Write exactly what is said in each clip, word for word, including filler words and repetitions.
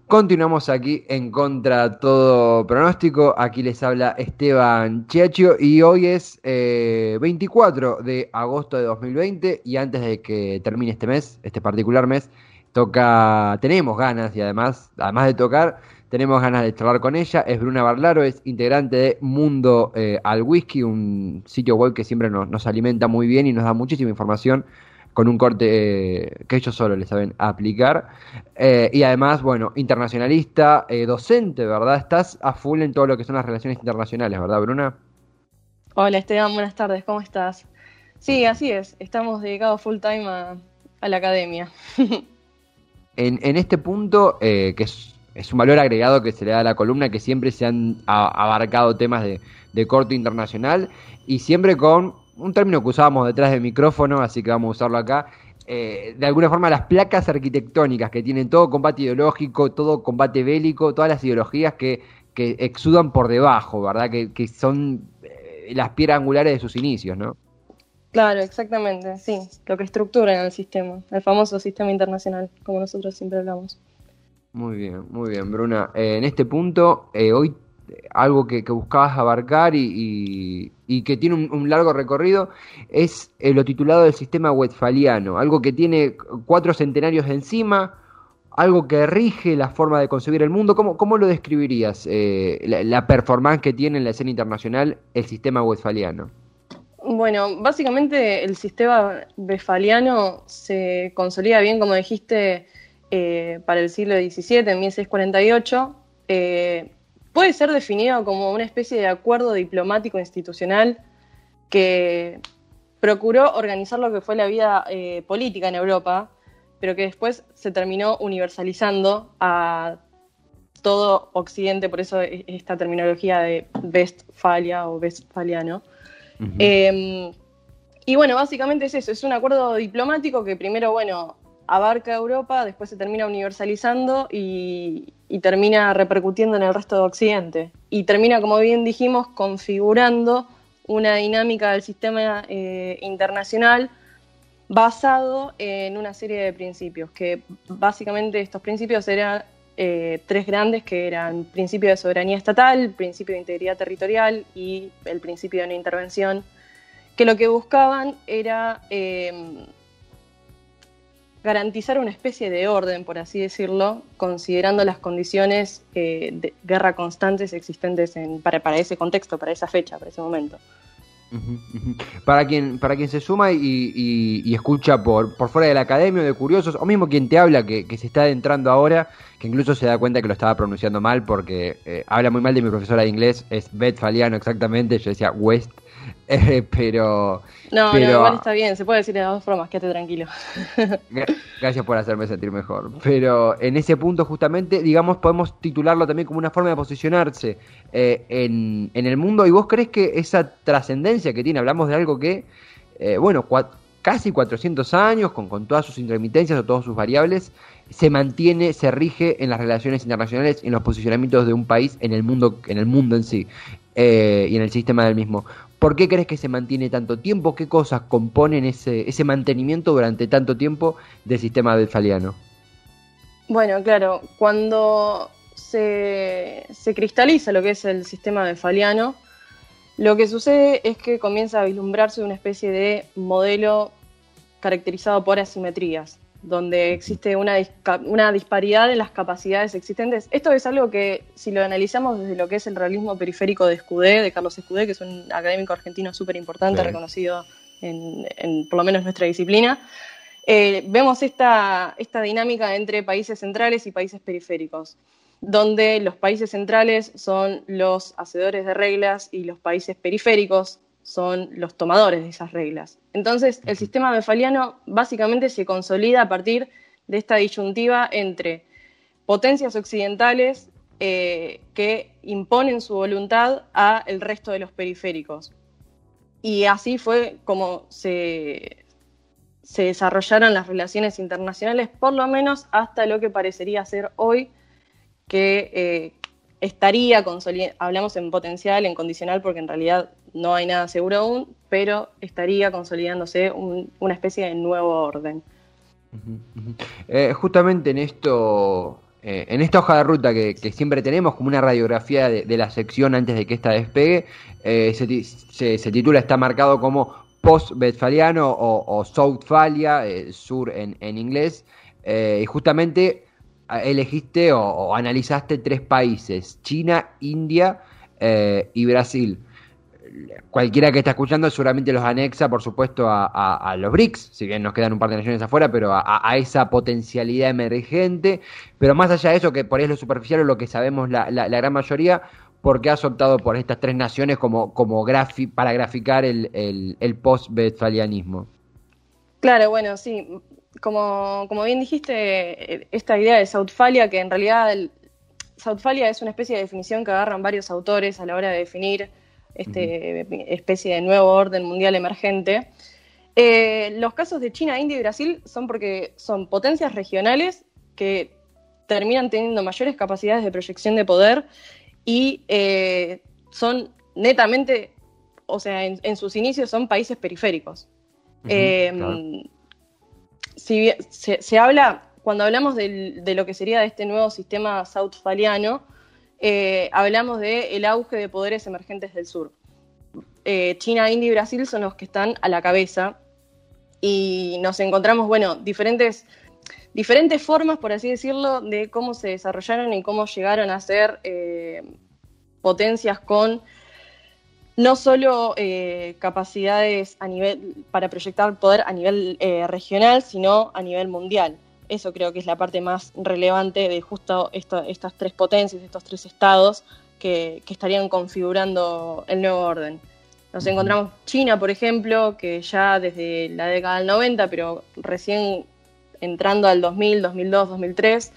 Continuamos aquí en Contra Todo Pronóstico. Aquí les habla Esteban Chiachio y hoy es eh, veinticuatro de agosto de dos mil veinte y antes de que termine este mes, este particular mes, toca, tenemos ganas y además, además de tocar, tenemos ganas de charlar con ella. Es Bruna Barlaro, es integrante de Mundo eh, al Whisky, un sitio web que siempre nos, nos alimenta muy bien y nos da muchísima información con un corte eh, que ellos solo le saben aplicar. Eh, y además, bueno, internacionalista, eh, docente, ¿verdad? Estás a full en todo lo que son las relaciones internacionales, ¿verdad, Bruna? Hola Esteban, buenas tardes, ¿cómo estás? Sí, así es, estamos dedicados full time a, a la academia. En, en este punto, eh, que es, es un valor agregado que se le da a la columna, que siempre se han a, abarcado temas de, de corte internacional y siempre con un término que usábamos detrás del micrófono, así que vamos a usarlo acá. Eh, de alguna forma las placas arquitectónicas que tienen todo combate ideológico, todo combate bélico, todas las ideologías que, que exudan por debajo, ¿verdad? Que, que son eh, las piedras angulares de sus inicios, ¿no? Claro, exactamente, sí, lo que estructura en el sistema, el famoso sistema internacional, como nosotros siempre hablamos. Muy bien, muy bien, Bruna. Eh, en este punto, eh, hoy eh, algo que, que buscabas abarcar y, y, y que tiene un, un largo recorrido es eh, lo titulado del sistema westfaliano, algo que tiene cuatro centenarios de encima, algo que rige la forma de concebir el mundo. ¿Cómo, cómo lo describirías, eh, la, la performance que tiene en la escena internacional el sistema westfaliano? Bueno, básicamente el sistema westfaliano se consolida bien, como dijiste, eh, para el siglo diecisiete, en mil seiscientos cuarenta y ocho. Eh, puede ser definido como una especie de acuerdo diplomático institucional que procuró organizar lo que fue la vida eh, política en Europa, pero que después se terminó universalizando a todo Occidente, por eso esta terminología de Westfalia o westfaliano. Uh-huh. Eh, y bueno, básicamente es eso, es un acuerdo diplomático que primero, bueno, abarca Europa, después se termina universalizando y, y termina repercutiendo en el resto de Occidente. Y termina, como bien dijimos, configurando una dinámica del sistema eh, internacional basado en una serie de principios, que básicamente estos principios eran eh, tres grandes, que eran principio de soberanía estatal, principio de integridad territorial y el principio de no intervención, que lo que buscaban era eh, garantizar una especie de orden, por así decirlo, considerando las condiciones eh, de guerra constantes existentes en, para, para ese contexto, para esa fecha, para ese momento. Uh-huh, uh-huh. Para quien para quien se suma y, y, y escucha por, por fuera de la academia o de curiosos, o mismo quien te habla que, que se está adentrando ahora, que incluso se da cuenta que lo estaba pronunciando mal porque eh, habla muy mal de mi profesora de inglés, es westfaliano exactamente, yo decía West, eh, pero... No, pero, no, igual está bien, se puede decir de las dos formas, quédate tranquilo. Gracias por hacerme sentir mejor. Pero en ese punto justamente, digamos, podemos titularlo también como una forma de posicionarse eh, en, en el mundo. ¿Y vos crees que esa trascendencia que tiene, hablamos de algo que, eh, bueno, cua- casi cuatrocientos años, con, con todas sus intermitencias o todas sus variables, se mantiene, se rige en las relaciones internacionales, en los posicionamientos de un país en el mundo, en el mundo en sí, eh, y en el sistema del mismo? ¿Por qué crees que se mantiene tanto tiempo? ¿Qué cosas componen ese, ese mantenimiento durante tanto tiempo del sistema westfaliano? Bueno, claro, cuando se, se cristaliza lo que es el sistema westfaliano, lo que sucede es que comienza a vislumbrarse una especie de modelo caracterizado por asimetrías, donde existe una, disca- una disparidad en las capacidades existentes. Esto es algo que, si lo analizamos desde lo que es el realismo periférico de Escudé, de Carlos Escudé, que es un académico argentino súper importante, sí, reconocido en, en por lo menos nuestra disciplina, eh, vemos esta, esta dinámica entre países centrales y países periféricos, donde los países centrales son los hacedores de reglas y los países periféricos son los tomadores de esas reglas. Entonces, el sistema westfaliano básicamente se consolida a partir de esta disyuntiva entre potencias occidentales eh, que imponen su voluntad al resto de los periféricos. Y así fue como se, se desarrollaron las relaciones internacionales, por lo menos hasta lo que parecería ser hoy, que eh, estaría consolidado, hablamos en potencial, en condicional, porque en realidad no hay nada seguro aún, pero estaría consolidándose un, una especie de nuevo orden. Uh-huh, uh-huh. Eh, justamente en esto, eh, en esta hoja de ruta que, que siempre tenemos, como una radiografía de, de la sección antes de que esta despegue, eh, se, se, se titula, está marcado como post-westfaliano o, o Southfalia, eh, sur en, en inglés, eh, y justamente elegiste o, o analizaste tres países: China, India eh, y Brasil. Cualquiera que está escuchando seguramente los anexa, por supuesto, a, a, a los B R I C S, si bien nos quedan un par de naciones afuera, pero a, a esa potencialidad emergente. Pero más allá de eso, que por ahí es lo superficial o lo que sabemos la, la, la gran mayoría, ¿por qué has optado por estas tres naciones como, como grafi, para graficar el, el, el post-westfalianismo? Claro, bueno, sí. Como, como bien dijiste, esta idea de Southfalia, que en realidad el, Southfalia es una especie de definición que agarran varios autores a la hora de definir este uh-huh. especie de nuevo orden mundial emergente. Eh, los casos de China, India y Brasil son porque son potencias regionales que terminan teniendo mayores capacidades de proyección de poder y eh, son netamente, o sea, en, en sus inicios son países periféricos. Uh-huh, eh, claro. Si bien, se, se habla, cuando hablamos de, de lo que sería de este nuevo sistema southfaliano, eh, hablamos del auge de poderes emergentes del sur. Eh, China, India y Brasil son los que están a la cabeza y nos encontramos, bueno, diferentes, diferentes formas, por así decirlo, de cómo se desarrollaron y cómo llegaron a ser eh, potencias con no solo eh, capacidades a nivel, para proyectar poder a nivel eh, regional, sino a nivel mundial. Eso creo que es la parte más relevante de justo esto, estas tres potencias, estos tres estados que, que estarían configurando el nuevo orden. Nos uh-huh. encontramos China, por ejemplo, que ya desde la década del noventa, pero recién entrando al dos mil, dos mil dos, dos mil tres,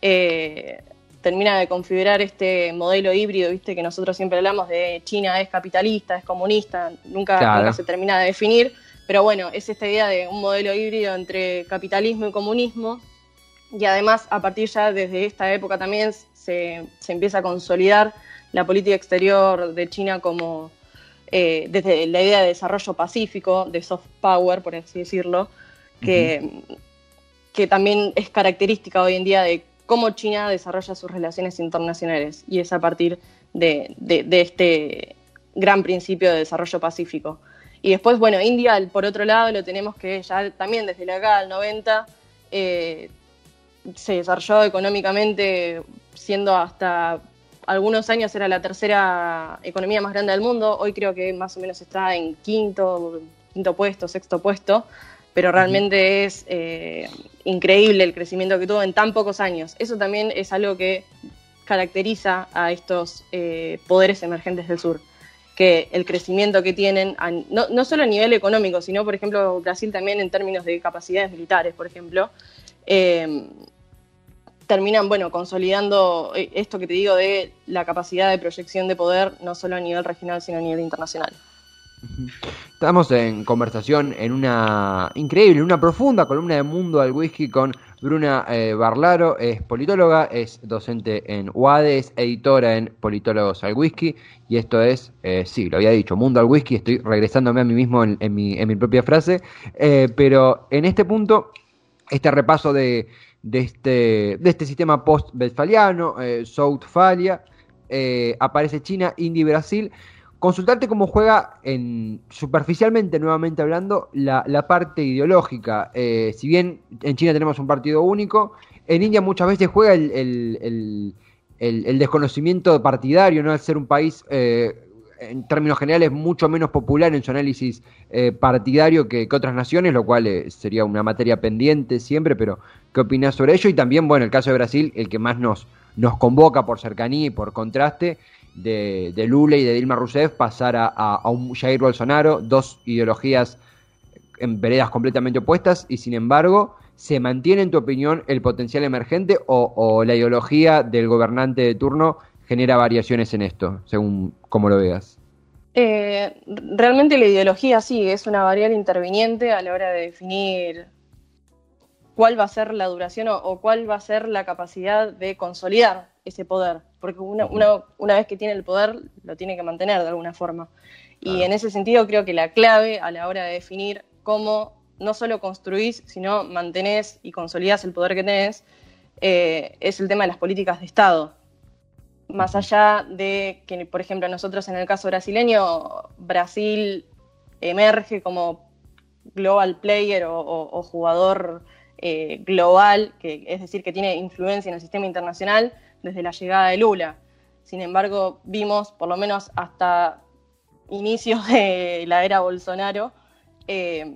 eh, termina de configurar este modelo híbrido, viste, que nosotros siempre hablamos de China es capitalista, es comunista, nunca, claro. nunca se termina de definir, pero bueno, es esta idea de un modelo híbrido entre capitalismo y comunismo, y además a partir ya desde esta época también se, se empieza a consolidar la política exterior de China como eh, desde la idea de desarrollo pacífico, de soft power, por así decirlo, que, uh-huh. que también es característica hoy en día de cómo China desarrolla sus relaciones internacionales, y es a partir de, de, de este gran principio de desarrollo pacífico. Y después, bueno, India, por otro lado, lo tenemos que ya también desde la década del noventa eh, se desarrolló económicamente, siendo hasta algunos años era la tercera economía más grande del mundo. Hoy creo que más o menos está en quinto, quinto puesto, sexto puesto, pero realmente es eh, increíble el crecimiento que tuvo en tan pocos años. Eso también es algo que caracteriza a estos eh, poderes emergentes del sur, que el crecimiento que tienen, a, no, no solo a nivel económico, sino, por ejemplo, Brasil también en términos de capacidades militares, por ejemplo, eh, terminan, bueno, consolidando esto que te digo de la capacidad de proyección de poder, no solo a nivel regional, sino a nivel internacional. Estamos en conversación en una increíble, una profunda columna de Mundo al Whisky con Bruna eh, Barlaro. Es politóloga, es docente en U A D E, es editora en Politólogos al Whisky, y esto es, eh, sí, lo había dicho, Mundo al Whisky. Estoy regresándome a mí mismo en, en, mi, en mi propia frase, eh, pero en este punto, este repaso de, de, este, de este sistema post-westfaliano, eh, Southfalia, eh, aparece China, India y Brasil. Consultarte cómo juega, en, superficialmente, nuevamente hablando, la, la parte ideológica. Eh, si bien en China tenemos un partido único, en India muchas veces juega el, el, el, el, el desconocimiento partidario, ¿no? Al ser un país, eh, en términos generales, mucho menos popular en su análisis eh, partidario que, que otras naciones, lo cual eh, sería una materia pendiente siempre, pero ¿qué opinás sobre ello? Y también, bueno, el caso de Brasil, el que más nos, nos convoca por cercanía y por contraste, De, de Lula y de Dilma Rousseff, pasar a, a, a un Jair Bolsonaro, dos ideologías en veredas completamente opuestas, y sin embargo, ¿se mantiene, en tu opinión, el potencial emergente o, o la ideología del gobernante de turno genera variaciones en esto, según cómo lo veas? Eh, realmente la ideología sí, es una variable interviniente a la hora de definir cuál va a ser la duración o, o cuál va a ser la capacidad de consolidar ese poder, porque una, una, una vez que tiene el poder, lo tiene que mantener de alguna forma. Y claro. En ese sentido creo que la clave a la hora de definir cómo no solo construís, sino mantenés y consolidás el poder que tenés, eh, es el tema de las políticas de Estado. Más allá de que, por ejemplo, nosotros en el caso brasileño, Brasil emerge como global player o, o, o jugador eh, global, que, es decir, que tiene influencia en el sistema internacional desde la llegada de Lula. Sin embargo, vimos, por lo menos hasta inicios de la era Bolsonaro, eh,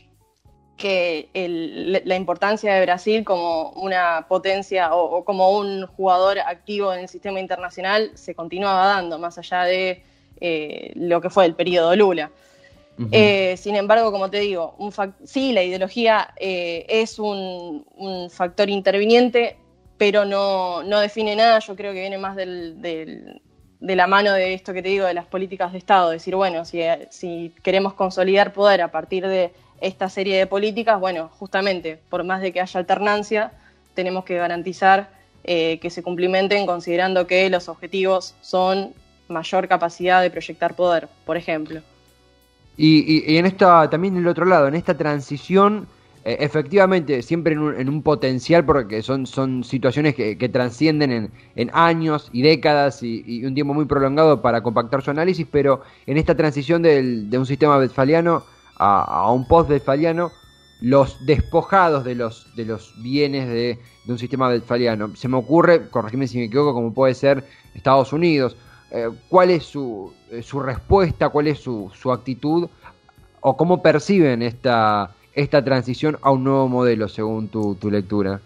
que el, la importancia de Brasil como una potencia o, o como un jugador activo en el sistema internacional se continuaba dando, más allá de eh, lo que fue el periodo Lula. Uh-huh. Eh, sin embargo, como te digo, un fact- sí, la ideología eh, es un, un factor interviniente, pero no, no define nada. Yo creo que viene más del, del, de la mano de esto que te digo, de las políticas de Estado. Decir, bueno, si, si queremos consolidar poder a partir de esta serie de políticas, bueno, justamente, por más de que haya alternancia, tenemos que garantizar eh, que se cumplimenten, considerando que los objetivos son mayor capacidad de proyectar poder, por ejemplo. Y, y, y en esta, también en el otro lado, en esta transición, eh, efectivamente, siempre en un, en un potencial, porque son, son situaciones que, que transcienden en, en años y décadas y, y un tiempo muy prolongado para compactar su análisis, pero en esta transición del, de un sistema westfaliano a, a un post-westfaliano, los despojados de los, de los bienes de, de un sistema westfaliano. Se me ocurre, corregime si me equivoco, como puede ser Estados Unidos. Eh, ¿Cuál es su, eh, su respuesta, cuál es su, su actitud o cómo perciben esta, esta transición a un nuevo modelo según tu, tu lectura?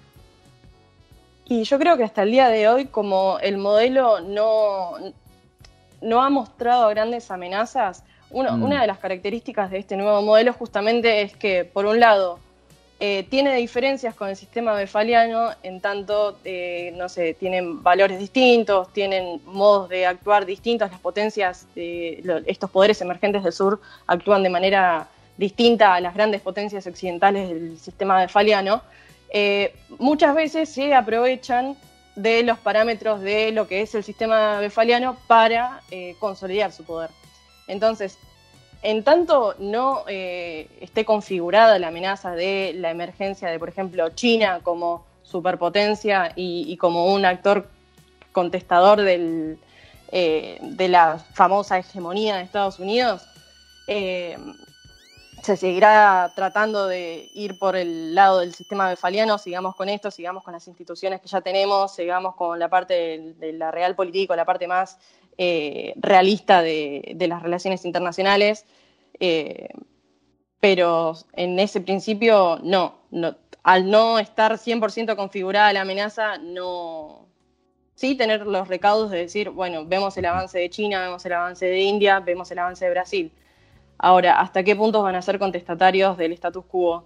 Y yo creo que hasta el día de hoy, como el modelo no, no ha mostrado grandes amenazas, uno, mm. una de las características de este nuevo modelo justamente es que, por un lado, Eh, tiene diferencias con el sistema westfaliano, en tanto, eh, no sé, tienen valores distintos, tienen modos de actuar distintos, las potencias, eh, lo, estos poderes emergentes del sur actúan de manera distinta a las grandes potencias occidentales del sistema westfaliano. Eh, muchas veces se aprovechan de los parámetros de lo que es el sistema westfaliano para eh, consolidar su poder. Entonces, en tanto no eh, esté configurada la amenaza de la emergencia de, por ejemplo, China como superpotencia y, y como un actor contestador del, eh, de la famosa hegemonía de Estados Unidos, eh, se seguirá tratando de ir por el lado del sistema westfaliano. Sigamos con esto, sigamos con las instituciones que ya tenemos, sigamos con la parte de, de la realpolitik, la parte más Eh, realista de, de las relaciones internacionales, eh, pero en ese principio no, no, al no estar cien por ciento configurada la amenaza, no, sí tener los recaudos de decir, bueno, vemos el avance de China, vemos el avance de India, vemos el avance de Brasil. Ahora, ¿hasta qué puntos van a ser contestatarios del status quo?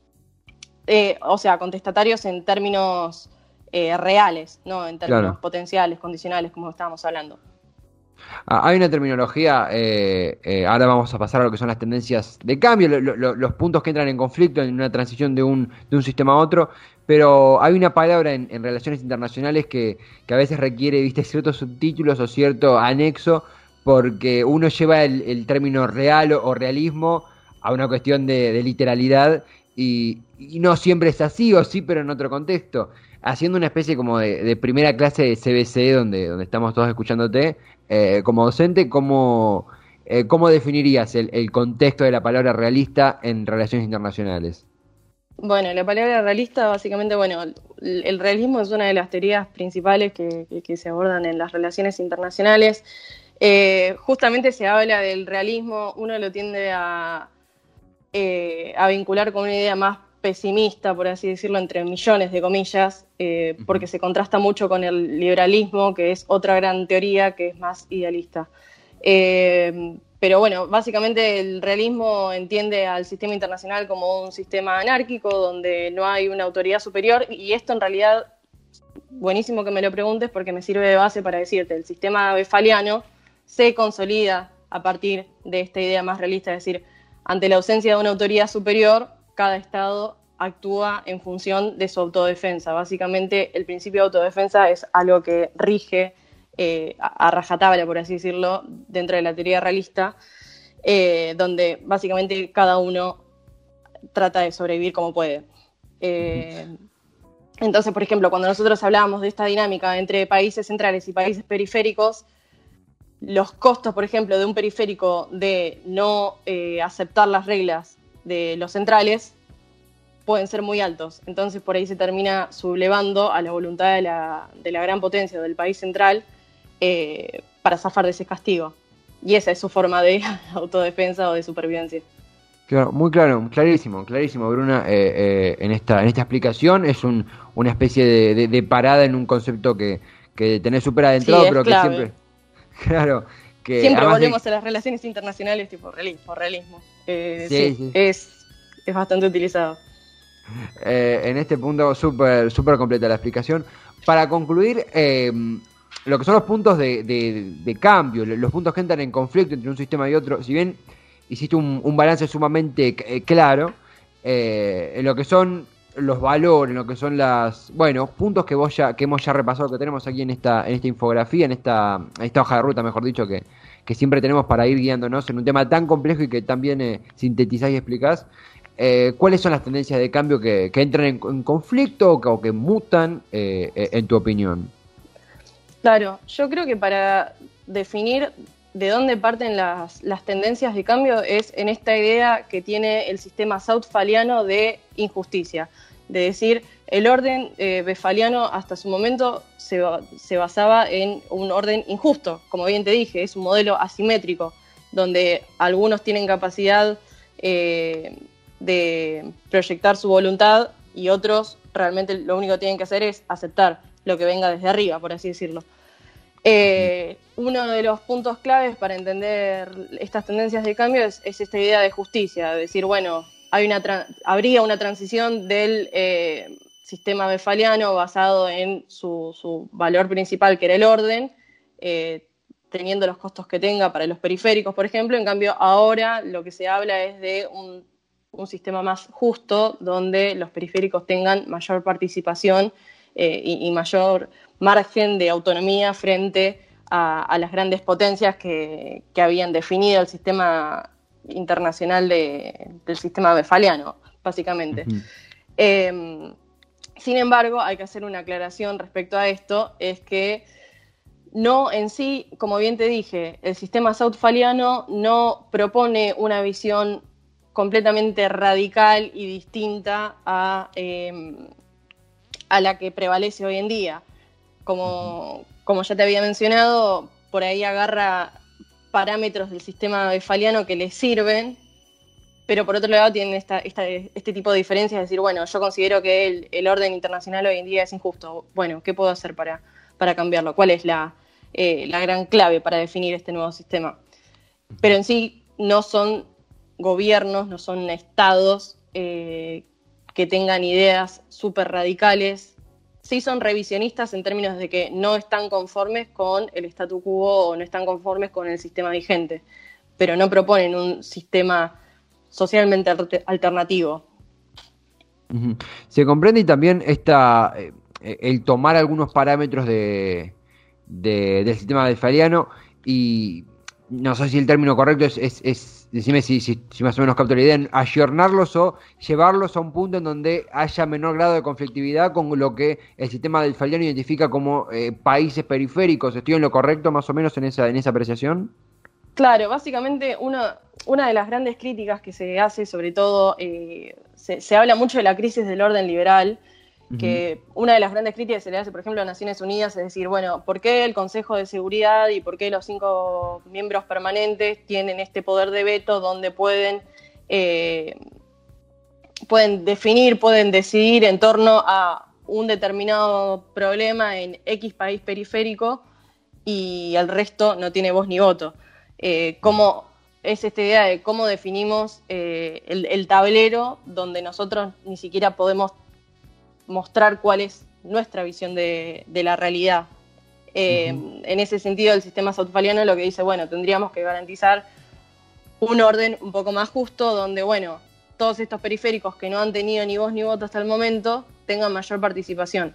Eh, o sea, contestatarios en términos eh, reales, no en términos claro. potenciales, condicionales, como estábamos hablando. Ah, hay una terminología, eh, eh, ahora vamos a pasar a lo que son las tendencias de cambio, lo, lo, los puntos que entran en conflicto en una transición de un, de un sistema a otro, pero hay una palabra en, en relaciones internacionales que, que a veces requiere, viste, ciertos subtítulos o cierto anexo, porque uno lleva el, el término real o, o realismo a una cuestión de, de literalidad y, y no siempre es así o sí, pero en otro contexto. Haciendo una especie como de, de primera clase de C B C donde, donde estamos todos escuchándote, eh, como docente, ¿cómo, eh, ¿cómo definirías el, el contexto de la palabra realista en relaciones internacionales? Bueno, la palabra realista, básicamente, bueno, el, el realismo es una de las teorías principales que, que, que se abordan en las relaciones internacionales. Eh, justamente se habla del realismo, uno lo tiende a, eh, a vincular con una idea más pesimista, por así decirlo, entre millones de comillas, eh, uh-huh. porque se contrasta mucho con el liberalismo, que es otra gran teoría que es más idealista. Eh, pero bueno, básicamente el realismo entiende al sistema internacional como un sistema anárquico donde no hay una autoridad superior, y esto en realidad, buenísimo que me lo preguntes porque me sirve de base para decirte, el sistema westfaliano se consolida a partir de esta idea más realista, es decir, ante la ausencia de una autoridad superior, cada Estado actúa en función de su autodefensa. Básicamente, el principio de autodefensa es algo que rige eh, a, a rajatabla, por así decirlo, dentro de la teoría realista, eh, donde básicamente cada uno trata de sobrevivir como puede. Eh, Entonces, por ejemplo, cuando nosotros hablábamos de esta dinámica entre países centrales y países periféricos, los costos, por ejemplo, de un periférico de no eh, aceptar las reglas de los centrales pueden ser muy altos. Entonces, por ahí se termina sublevando a la voluntad de la, de la gran potencia del país central eh, para zafar de ese castigo. Y esa es su forma de autodefensa o de supervivencia. Claro, muy claro, clarísimo, clarísimo, Bruna. Eh, eh, en esta en esta explicación es un, una especie de, de, de parada en un concepto que, que tenés súper adentrado, Sí, pero clave. que siempre... Claro, que siempre volvemos de... a las relaciones internacionales tipo realismo, realismo. Eh, sí, sí, sí. Es, es bastante utilizado. Eh, en este punto súper súper completa la explicación. Para concluir, eh, lo que son los puntos de, de, de cambio, los puntos que entran en conflicto entre un sistema y otro, si bien hiciste un, un balance sumamente eh, claro, eh, en lo que son los valores, en lo que son las, bueno, puntos que vos ya, que hemos ya repasado, que tenemos aquí en esta, en esta infografía, en esta, en esta hoja de ruta, mejor dicho, que, que siempre tenemos para ir guiándonos en un tema tan complejo y que también eh, sintetizás y explicás. Eh, ¿Cuáles son las tendencias de cambio que, que entran en, en conflicto o que, o que mutan, eh, en tu opinión? Claro, yo creo que para definir de dónde parten las, las tendencias de cambio es en esta idea que tiene el sistema Southfaliano de injusticia, de decir, el orden eh, westfaliano hasta su momento se, se basaba en un orden injusto, como bien te dije, es un modelo asimétrico, donde algunos tienen capacidad eh, de proyectar su voluntad y otros realmente lo único que tienen que hacer es aceptar lo que venga desde arriba, por así decirlo. Eh, uno de los puntos claves para entender estas tendencias de cambio es, es esta idea de justicia, de decir, bueno, hay una tra- habría una transición del eh, sistema westfaliano basado en su, su valor principal, que era el orden, eh, teniendo los costos que tenga para los periféricos, por ejemplo. En cambio, ahora lo que se habla es de un, un sistema más justo, donde los periféricos tengan mayor participación eh, y, y mayor margen de autonomía frente a, a las grandes potencias que, que habían definido el sistema internacional de, del sistema westfaliano, básicamente. Uh-huh. Eh, sin embargo, hay que hacer una aclaración respecto a esto, es que no en sí, como bien te dije, el sistema southfaliano no propone una visión completamente radical y distinta a, eh, a la que prevalece hoy en día. Como, como ya te había mencionado, por ahí agarra parámetros del sistema westfaliano que le sirven, pero por otro lado tienen esta, esta, este tipo de diferencias, es decir, bueno, yo considero que el, el orden internacional hoy en día es injusto. Bueno, ¿qué puedo hacer para, para cambiarlo? ¿Cuál es la, eh, la gran clave para definir este nuevo sistema? Pero en sí no son gobiernos, no son estados eh, que tengan ideas súper radicales. Sí son revisionistas en términos de que no están conformes con el statu quo o no están conformes con el sistema vigente, pero no proponen un sistema socialmente alternativo. Uh-huh. Se comprende y también esta, eh, el tomar algunos parámetros de, de, del sistema westfaliano y no sé si el término correcto es, es, es decime si, si, si más o menos capto la idea, ayornarlos o llevarlos a un punto en donde haya menor grado de conflictividad con lo que el sistema westfaliano identifica como eh, países periféricos. ¿Estoy en lo correcto más o menos en esa, en esa apreciación? Claro, básicamente una, una de las grandes críticas que se hace, sobre todo, eh, se, se habla mucho de la crisis del orden liberal, que una de las grandes críticas que se le hace, por ejemplo, a Naciones Unidas es decir, bueno, ¿por qué el Consejo de Seguridad y por qué los cinco miembros permanentes tienen este poder de veto donde pueden, eh, pueden definir, pueden decidir en torno a un determinado problema en X país periférico y el resto no tiene voz ni voto? Eh, ¿cómo es esta idea de cómo definimos eh, el, el tablero donde nosotros ni siquiera podemos mostrar cuál es nuestra visión de, de la realidad? Eh, uh-huh. En ese sentido, el sistema southfaliano lo que dice, bueno, tendríamos que garantizar un orden un poco más justo, donde, bueno, todos estos periféricos que no han tenido ni voz ni voto hasta el momento tengan mayor participación.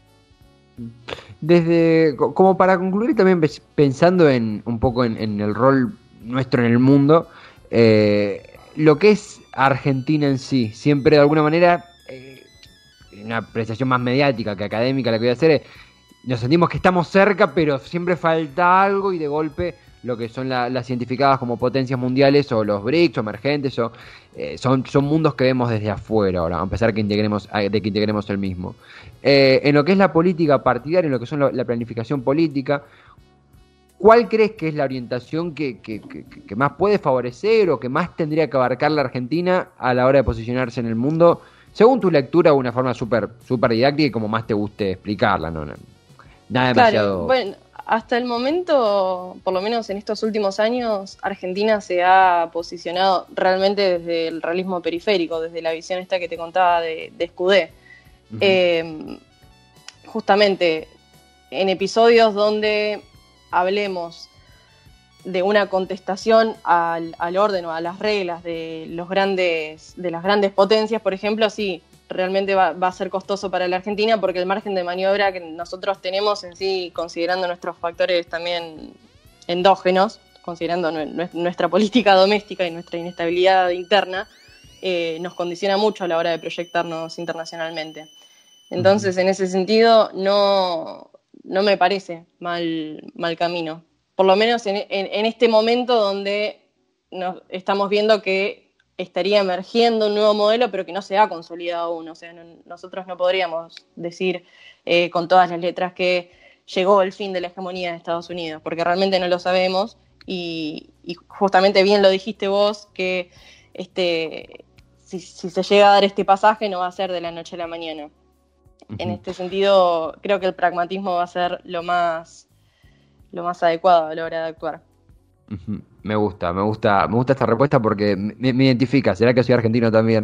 Desde, como para concluir, también pensando en un poco en, en el rol nuestro en el mundo, eh, lo que es Argentina en sí, siempre de alguna manera... Eh, una apreciación más mediática que académica la que voy a hacer es, nos sentimos que estamos cerca, pero siempre falta algo y de golpe lo que son la, las identificadas como potencias mundiales o los BRICS o emergentes o, eh, son, son mundos que vemos desde afuera ahora, a pesar que integremos, de que integremos el mismo. Eh, en lo que es la política partidaria, en lo que son lo, la planificación política, ¿cuál crees que es la orientación que, que, que, que más puede favorecer o que más tendría que abarcar la Argentina a la hora de posicionarse en el mundo, según tu lectura, de una forma súper super didáctica y como más te guste explicarla? No, no, nada demasiado... Claro, bueno, hasta el momento, por lo menos en estos últimos años, Argentina se ha posicionado realmente desde el realismo periférico, desde la visión esta que te contaba de, de Escudé. Uh-huh. Eh, justamente en episodios donde hablemos de una contestación al, al orden o a las reglas de los grandes, de las grandes potencias, por ejemplo, sí, realmente va, va a ser costoso para la Argentina porque el margen de maniobra que nosotros tenemos en sí, considerando nuestros factores también endógenos, considerando nu- nuestra política doméstica y nuestra inestabilidad interna, eh, nos condiciona mucho a la hora de proyectarnos internacionalmente. Entonces, uh-huh. en ese sentido, no, no me parece mal, mal camino. Por lo menos en, en, en este momento donde nos estamos viendo que estaría emergiendo un nuevo modelo, pero que no se ha consolidado aún. O sea, no, nosotros no podríamos decir eh, con todas las letras que llegó el fin de la hegemonía de Estados Unidos, porque realmente no lo sabemos, y, y justamente bien lo dijiste vos, que este, si, si se llega a dar este pasaje no va a ser de la noche a la mañana. Uh-huh. En este sentido, creo que el pragmatismo va a ser lo más, lo más adecuado a la hora de actuar. Uh-huh. Me gusta, me gusta, me gusta esta respuesta porque me, me identifica. ¿Será que soy argentino también?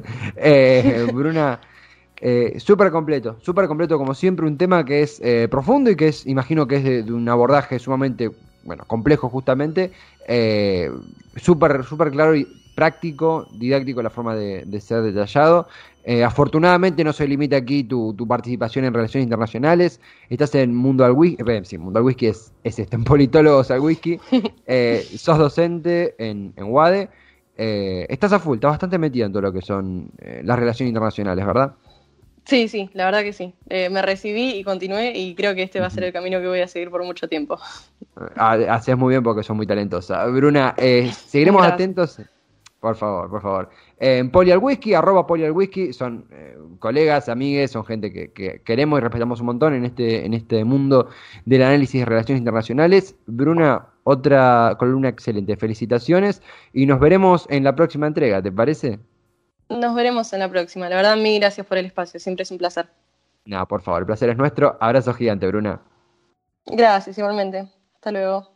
Eh, Bruna, eh, súper completo, súper completo como siempre, un tema que es eh, profundo y que es, imagino que es de, de un abordaje sumamente, bueno, complejo justamente, eh, súper, súper claro y práctico, didáctico la forma de, de ser detallado. Eh, afortunadamente no se limita aquí tu, tu participación en relaciones internacionales. Estás en Mundo al Whisky, eh, sí, Mundo al Whisky es, es este, en Politólogos al Whisky. Eh, sos docente en, en UADE. Eh, estás a full, estás bastante metida en todo lo que son eh, las relaciones internacionales, ¿verdad? Sí, sí, la verdad que sí. Eh, me recibí y continué y creo que este va a ser el camino que voy a seguir por mucho tiempo. Ah, haces muy bien porque sos muy talentosa. Bruna, eh, seguiremos Gracias. atentos. Por favor, por favor. Eh, en Poli al Whisky, arroba Poli al Whisky, son eh, colegas, amigues, son gente que, que queremos y respetamos un montón en este, en este mundo del análisis de relaciones internacionales. Bruna, otra columna excelente. Felicitaciones y nos veremos en la próxima entrega, ¿te parece? Nos veremos en la próxima. La verdad, mil gracias por el espacio. Siempre es un placer. No, por favor, el placer es nuestro. Abrazo gigante, Bruna. Gracias, igualmente. Hasta luego.